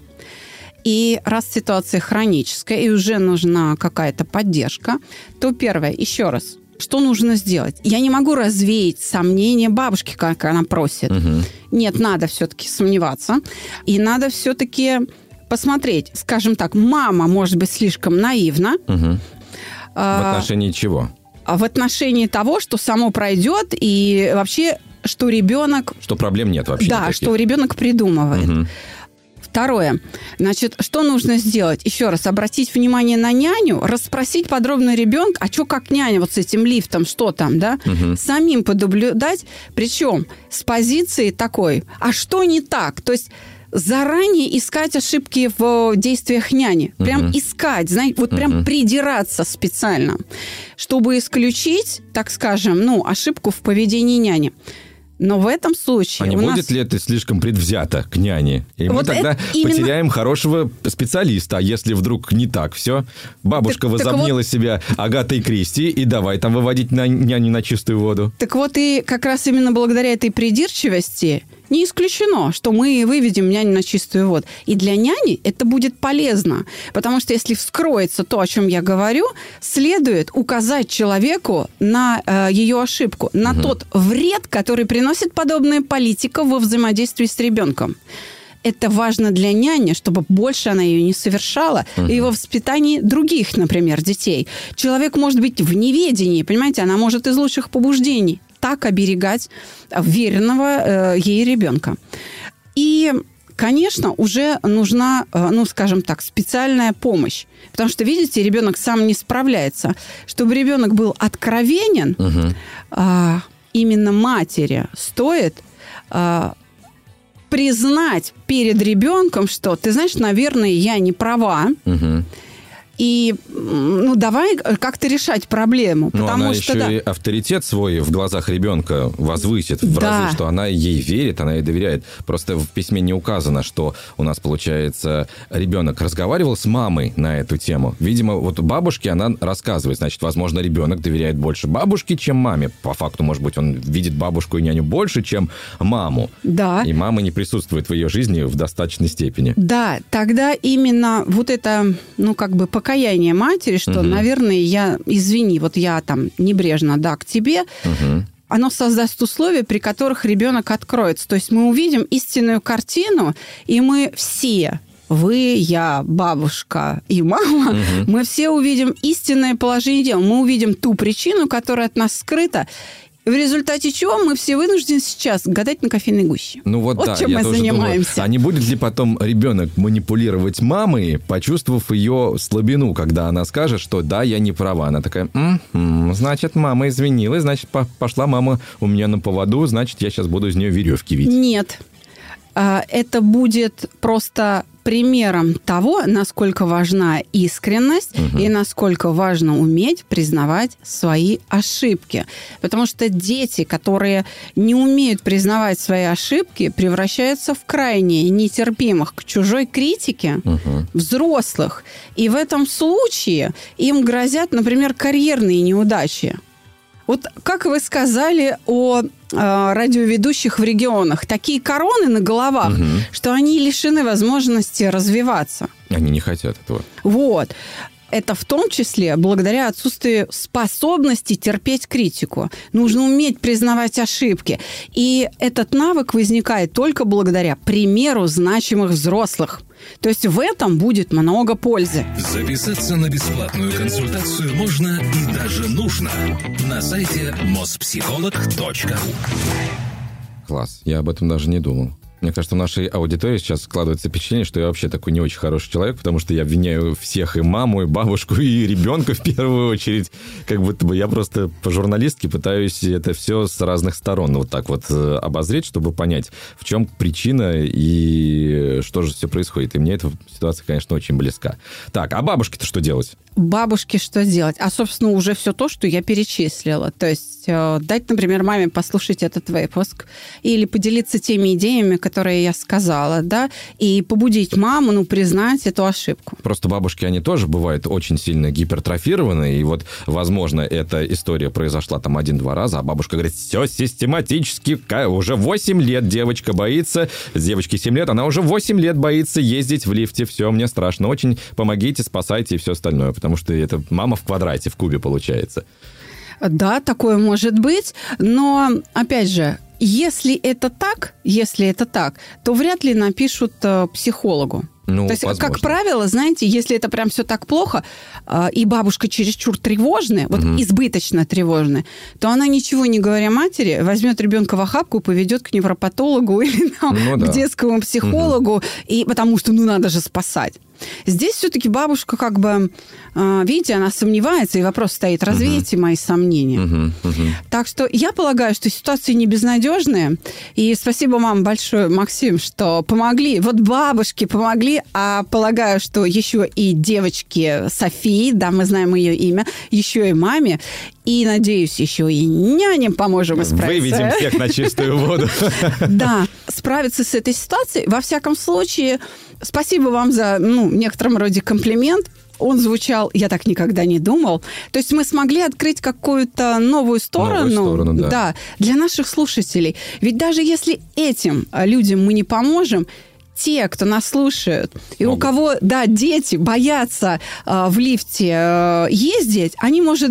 И раз ситуация хроническая, и уже нужна какая-то поддержка, то первое, еще раз, что нужно сделать? Я не могу развеять сомнения бабушки, как она просит. Угу. Нет, надо все-таки сомневаться. И надо все-таки посмотреть. Скажем так, мама может быть слишком наивна. Угу. А, в отношении чего? В отношении того, что само пройдет, и вообще, что ребенок... Что проблем нет вообще Да, никаких. Что ребенок придумывает. Угу. Второе. Значит, что нужно сделать? Еще раз, обратить внимание на няню, расспросить подробно ребенка, а что как няня вот с этим лифтом, что там, да? Угу. Самим поднаблюдать, причем с позиции такой, а что не так? То есть заранее искать ошибки в действиях няни. Прям угу. искать, знаете, вот угу. прям придираться специально, чтобы исключить, так скажем, ну, ошибку в поведении няни. Но в этом случае... А не у будет нас... ли это слишком предвзято к няне? И вот мы тогда именно... потеряем хорошего специалиста. А если вдруг не так все? Бабушка так, возомнила так вот... себя Агатой Кристи, и давай там выводить на няню на чистую воду. Так вот и как раз именно благодаря этой придирчивости не исключено, что мы выведем няню на чистую воду. И для няни это будет полезно. Потому что если вскроется то, о чем я говорю, следует указать человеку на э, ее ошибку, на угу. тот вред, который приносит подобная политика во взаимодействии с ребенком. это важно для няни, чтобы больше она ее не совершала, угу. и во воспитании других, например, детей. Человек может быть в неведении, понимаете, она может из лучших побуждений так оберегать веренного э, ей ребенка. И, конечно, уже нужна, э, ну, скажем так, специальная помощь. Потому что, видите, ребенок сам не справляется. Чтобы ребенок был откровенен, угу. э, именно матери стоит... Э, признать перед ребенком, что, ты знаешь, наверное, я не права, угу. и, ну, давай как-то решать проблему. Ну, потому она что, еще да. и авторитет свой в глазах ребенка возвысит в да. разы, что она ей верит, она ей доверяет. Просто в письме не указано, что у нас, получается, ребенок разговаривал с мамой на эту тему. Видимо, вот бабушке она рассказывает. Значит, возможно, ребенок доверяет больше бабушке, чем маме. По факту, может быть, он видит бабушку и няню больше, чем маму. Да. И мама не присутствует в ее жизни в достаточной степени. Да, тогда именно вот это, ну, как бы покаяние матери, что, угу. наверное, я, извини, вот я там небрежно, да, к тебе, угу. оно создаст условия, при которых ребенок откроется. То есть мы увидим истинную картину, и мы все, вы, я, бабушка и мама, угу. мы все увидим истинное положение дел. Мы увидим ту причину, которая от нас скрыта, в результате чего мы все вынуждены сейчас гадать на кофейной гуще. Ну вот, вот да, чем я мы тоже занимаемся. Думаю, а не будет ли потом ребенок манипулировать мамой, почувствовав ее слабину, когда она скажет, что да, я не права. Она такая, м-м, значит, мама извинилась, значит, пошла мама у меня на поводу, значит, я сейчас буду из нее веревки видеть. Нет. Это будет просто примером того, насколько важна искренность угу. и насколько важно уметь признавать свои ошибки. Потому что дети, которые не умеют признавать свои ошибки, превращаются в крайне нетерпимых к чужой критике угу. взрослых. И в этом случае им грозят, например, карьерные неудачи. Вот как вы сказали о э, радиоведущих в регионах, такие короны на головах, угу. что они лишены возможности развиваться. Они не хотят этого. Вот. Это в том числе благодаря отсутствию способности терпеть критику. Нужно уметь признавать ошибки. И этот навык возникает только благодаря примеру значимых взрослых. То есть в этом будет много пользы. Записаться на бесплатную консультацию можно и даже нужно на сайте mospsycholog точка ру. Класс. Я об этом даже не думал. Мне кажется, в нашей аудитории сейчас складывается впечатление, что я вообще такой не очень хороший человек, потому что я обвиняю всех, и маму, и бабушку, и ребенка в первую очередь. Как будто бы я просто по-журналистски пытаюсь это все с разных сторон вот так вот обозреть, чтобы понять, в чем причина и что же все происходит. И мне эта ситуация, конечно, очень близка. Так, а бабушке-то что делать? Бабушке что делать? А, собственно, уже все то, что я перечислила. То есть э, дать, например, маме послушать этот выпуск или поделиться теми идеями, которые я сказала, да, и побудить маму, ну, признать эту ошибку. Просто бабушки, они тоже бывают очень сильно гипертрофированы, и вот, возможно, эта история произошла там один-два раза, а бабушка говорит, все систематически, уже восемь лет девочка боится, девочке семь лет, она уже восемь лет боится ездить в лифте, все, мне страшно, очень помогите, спасайте и все остальное, потому что это мама в квадрате, в кубе получается. Да, такое может быть, но, опять же, если это так, если это так, то вряд ли напишут э, психологу. Ну, то есть, возможно. Как правило, знаете, если это прям все так плохо, э, и бабушка чересчур тревожная, вот угу. избыточно тревожная, то она, ничего не говоря матери, возьмет ребенка в охапку и поведет к невропатологу или там, ну, да. к детскому психологу, угу. и потому что, ну, надо же спасать. Здесь все-таки бабушка как бы, видите, она сомневается, и вопрос стоит, развейте uh-huh. мои сомнения. Uh-huh. Uh-huh. Так что я полагаю, что ситуация не безнадежная. И спасибо вам большое, Максим, что помогли. Вот бабушки помогли, а полагаю, что еще и девочке Софии, да, мы знаем ее имя, еще и маме, и, надеюсь, еще и няням поможем исправиться. Выведем всех на чистую воду. Да, справиться с этой ситуацией. Во всяком случае, спасибо вам за, ну, в некотором роде комплимент. Он звучал, я так никогда не думал. То есть мы смогли открыть какую-то новую сторону, новую сторону да. Да, для наших слушателей. Ведь даже если этим людям мы не поможем, те, кто нас слушают, и Могут. у кого, да, дети боятся э, в лифте э, ездить, они, может быть,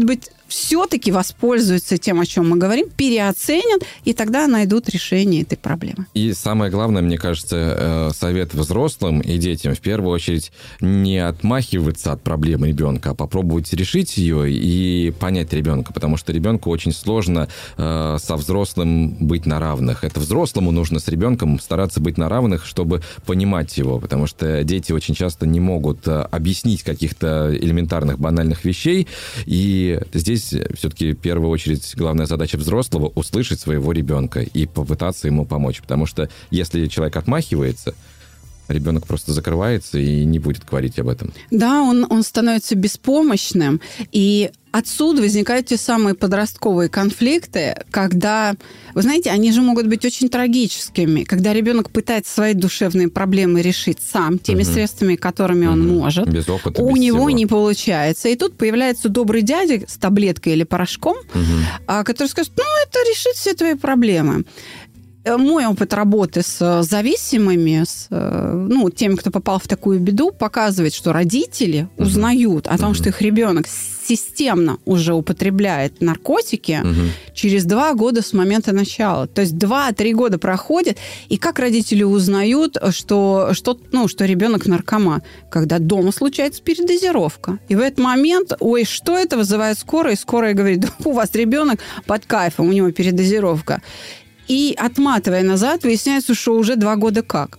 все-таки воспользуются тем, о чем мы говорим, переоценят, и тогда найдут решение этой проблемы. И самое главное, мне кажется, совет взрослым и детям в первую очередь не отмахиваться от проблемы ребенка, а попробовать решить ее и понять ребенка, потому что ребенку очень сложно э, со взрослым быть на равных. Это взрослому нужно с ребенком стараться быть на равных, чтобы понимать его, потому что дети очень часто не могут объяснить каких-то элементарных банальных вещей, и здесь все-таки в первую очередь главная задача взрослого — услышать своего ребенка и попытаться ему помочь, потому что если человек отмахивается, ребенок просто закрывается и не будет говорить об этом. Да, он, он становится беспомощным, и отсюда возникают те самые подростковые конфликты, когда, вы знаете, они же могут быть очень трагическими, когда ребенок пытается свои душевные проблемы решить сам, теми угу. средствами, которыми угу. он может. Без опыта, У без него всего. Не получается. И тут появляется добрый дядя с таблеткой или порошком, угу. который скажет, ну, это решит все твои проблемы. Мой опыт работы с зависимыми, с ну, теми, кто попал в такую беду, показывает, что родители uh-huh. узнают о том, uh-huh. что их ребенок системно уже употребляет наркотики uh-huh. через два года с момента начала. То есть два-три года проходит, и как родители узнают, что, что, ну, что ребенок наркоман? Когда дома случается передозировка. И в этот момент, ой, что это, вызывает скорая, и скорая говорит, да, у вас ребенок под кайфом, у него передозировка. И, отматывая назад, выясняется, что уже два года как.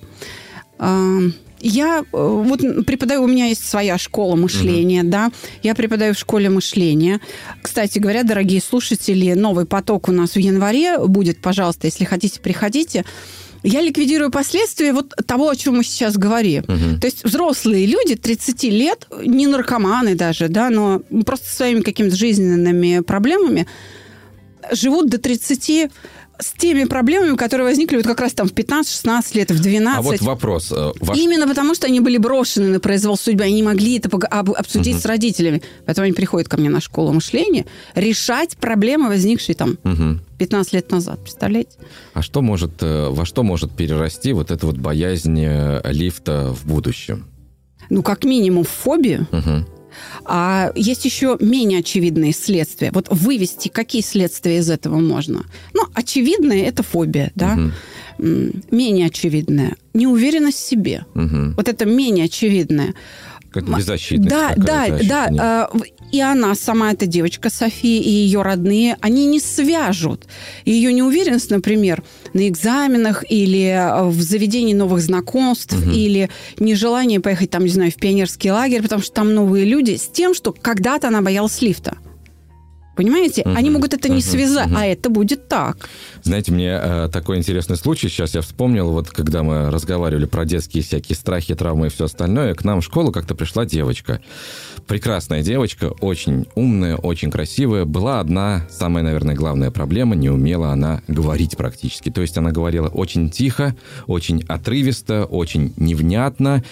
Я вот преподаю, у меня есть своя школа мышления, mm-hmm. да, я преподаю в школе мышления. Кстати говоря, дорогие слушатели, новый поток у нас в январе будет, пожалуйста, если хотите, приходите. Я ликвидирую последствия вот того, о чем мы сейчас говорим. Uh-huh. То есть взрослые люди, тридцать лет, не наркоманы даже, да, но просто своими какими-то жизненными проблемами живут до тридцати с теми проблемами, которые возникли вот как раз там в пятнадцать-шестнадцать лет, в двенадцать. А вот вопрос. Ваш... Именно потому, что они были брошены на произвол судьбы, они не могли это обсудить угу. с родителями. Поэтому они приходят ко мне на школу мышления решать проблемы, возникшие там угу. пятнадцать лет назад. Представляете? А что может, во что может перерасти вот эта вот боязнь лифта в будущем? Ну, как минимум, в фобию. Угу. А есть еще менее очевидные следствия. Вот вывести, какие следствия из этого можно. Ну, очевидное – это фобия, да. Угу. Менее очевидное – неуверенность в себе. Угу. Вот это менее очевидное. Как беззащитность. Да, да, да. И она, сама эта девочка, София, и ее родные, они не свяжут ее неуверенность, например, на экзаменах или в заведении новых знакомств, угу. или нежелание поехать, там, не знаю, в пионерский лагерь, потому что там новые люди, с тем, что когда-то она боялась лифта. Понимаете? Uh-huh, Они могут это не uh-huh, связать, uh-huh. а это будет так. Знаете, мне э, такой интересный случай, сейчас я вспомнил, вот когда мы разговаривали про детские всякие страхи, травмы и все остальное, к нам в школу как-то пришла девочка. Прекрасная девочка, очень умная, очень красивая. Была одна, самая, наверное, главная проблема, не умела она говорить практически. То есть она говорила очень тихо, очень отрывисто, очень невнятно,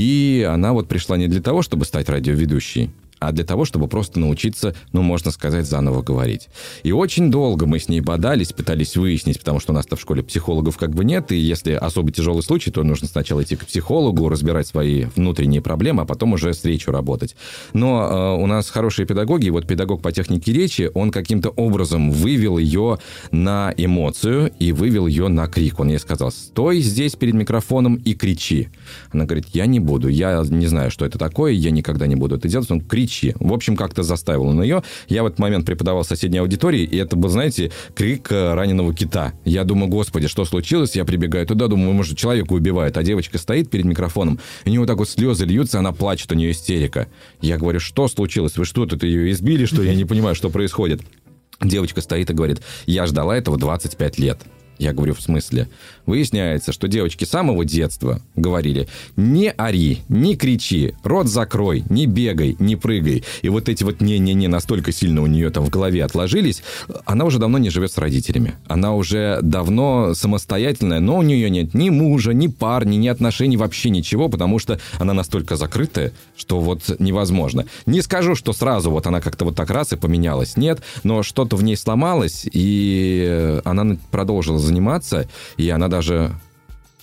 и она вот пришла не для того, чтобы стать радиоведущей, а для того, чтобы просто научиться, ну, можно сказать, заново говорить. И очень долго мы с ней бодались, пытались выяснить, потому что у нас-то в школе психологов как бы нет, и если особо тяжелый случай, то нужно сначала идти к психологу, разбирать свои внутренние проблемы, а потом уже с речью работать. Но э, у нас хорошие педагоги, и вот педагог по технике речи, он каким-то образом вывел ее на эмоцию и вывел ее на крик. Он ей сказал: «Стой здесь перед микрофоном и кричи». Она говорит: «Я не буду, я не знаю, что это такое, я никогда не буду это делать». Он кричит. В общем, как-то заставил он ее. Я в этот момент преподавал в соседней аудитории, и это был, знаете, крик раненого кита. Я думаю: господи, что случилось? Я прибегаю туда, думаю, может, человека убивают. А девочка стоит перед микрофоном, у нее вот так вот слезы льются, она плачет, у нее истерика. Я говорю: что случилось? Вы что, тут ее избили, что? Я не понимаю, что происходит. Девочка стоит и говорит: я ждала этого двадцать пять лет. Я говорю: в смысле? Выясняется, что девочки с самого детства говорили: не ори, не кричи, рот закрой, не бегай, не прыгай. И вот эти вот не-не-не настолько сильно у нее там в голове отложились. Она уже давно не живет с родителями. Она уже давно самостоятельная, но у нее нет ни мужа, ни парня, ни отношений, вообще ничего, потому что она настолько закрытая, что вот невозможно. Не скажу, что сразу вот она как-то вот так раз и поменялась. Нет, но что-то в ней сломалось, и она продолжила заниматься, и она даже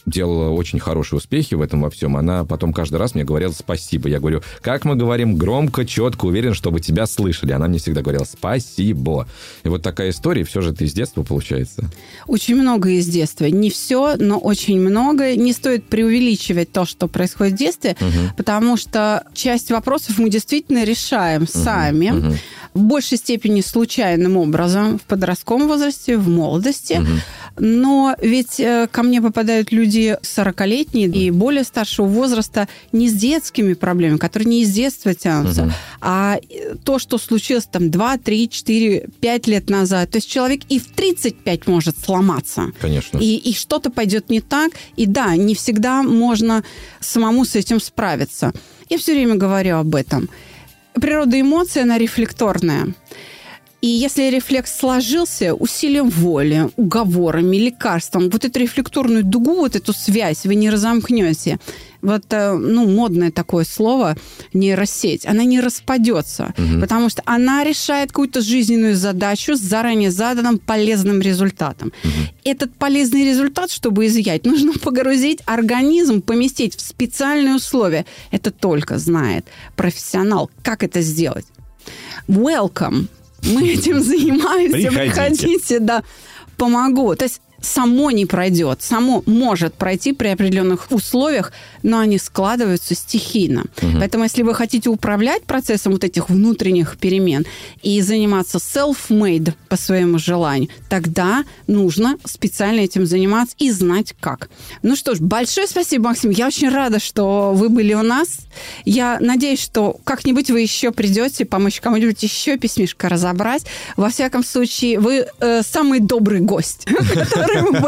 делала очень хорошие успехи в этом во всем. Она потом каждый раз мне говорила спасибо. Я говорю, как мы говорим, громко, четко, уверен, чтобы тебя слышали. Она мне всегда говорила спасибо. И вот такая история, все же это из детства получается. Очень много из детства. Не все, но очень много. Не стоит преувеличивать то, что происходит в детстве, угу. потому что часть вопросов мы действительно решаем угу. сами. Угу. В большей степени случайным образом в подростковом возрасте, в молодости. Угу. Но ведь ко мне попадают люди сорокалетние и более старшего возраста не с детскими проблемами, которые не из детства тянутся, угу. а то, что случилось там два, три, четыре, пять лет назад. То есть человек и в тридцать пять может сломаться. Конечно. И, и что-то пойдет не так. И да, не всегда можно самому с этим справиться. Я все время говорю об этом. Природа эмоций, она рефлекторная. И если рефлекс сложился усилием воли, уговорами, лекарством, вот эту рефлекторную дугу, вот эту связь вы не разомкнете. Вот, ну, модное такое слово нейросеть, она не распадется, угу. потому что она решает какую-то жизненную задачу с заранее заданным полезным результатом. Угу. Этот полезный результат, чтобы изъять, нужно погрузить организм, поместить в специальные условия. Это только знает профессионал. Как это сделать? Welcome! Мы этим занимаемся, приходите, да, помогу. То есть само не пройдет, само может пройти при определенных условиях, но они складываются стихийно. Угу. Поэтому, если вы хотите управлять процессом вот этих внутренних перемен и заниматься self-made по своему желанию, тогда нужно специально этим заниматься и знать как. Ну что ж, большое спасибо, Максим. Я очень рада, что вы были у нас. Я надеюсь, что как-нибудь вы еще придете, помочь кому-нибудь еще письмишко разобрать. Во всяком случае, вы э, самый добрый гость, который был,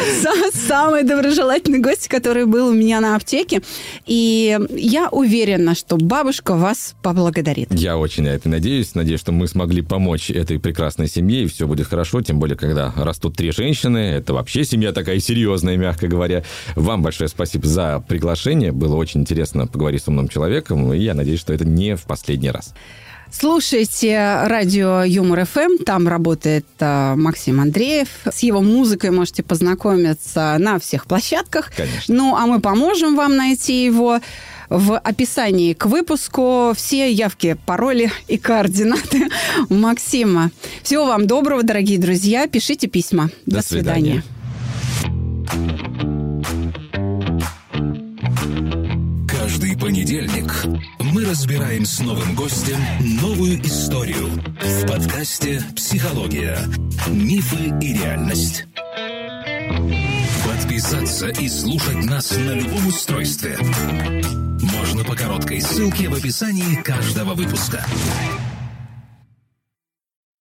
самый доброжелательный гость, который был у меня на аптеке. И я уверена, что бабушка вас поблагодарит. Я очень на это надеюсь. Надеюсь, что мы смогли помочь этой прекрасной семье, и все будет хорошо. Тем более, когда растут три женщины. Это вообще семья такая серьезная, мягко говоря. Вам большое спасибо за приглашение. Было очень интересно поговорить с умным человеком. И я надеюсь, что это не в последний раз. Слушайте радио Юмор эф эм, там работает э, Максим Андреев. С его музыкой можете познакомиться на всех площадках. Конечно. Ну, а мы поможем вам найти его. В описании к выпуску все явки, пароли и координаты Максима. Всего вам доброго, дорогие друзья. Пишите письма. До, До свидания. Каждый понедельник мы разбираем с новым гостем новую историю в подкасте «Психология. Мифы и реальность». Подписаться и слушать нас на любом устройстве можно по короткой ссылке в описании каждого выпуска.